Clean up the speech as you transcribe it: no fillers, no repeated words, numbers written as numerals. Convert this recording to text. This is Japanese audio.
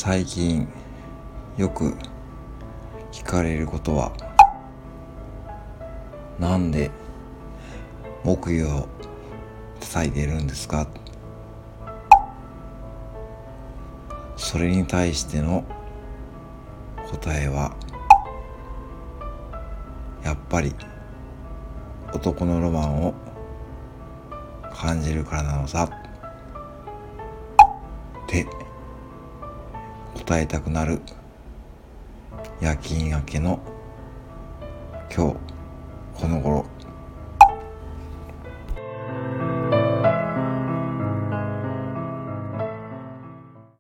最近よく聞かれることは、なんで木魚を叩いているんですか？それに対しての答えは、やっぱり男のロマンを感じるからなのさって答えたくなる夜勤明けの今日この頃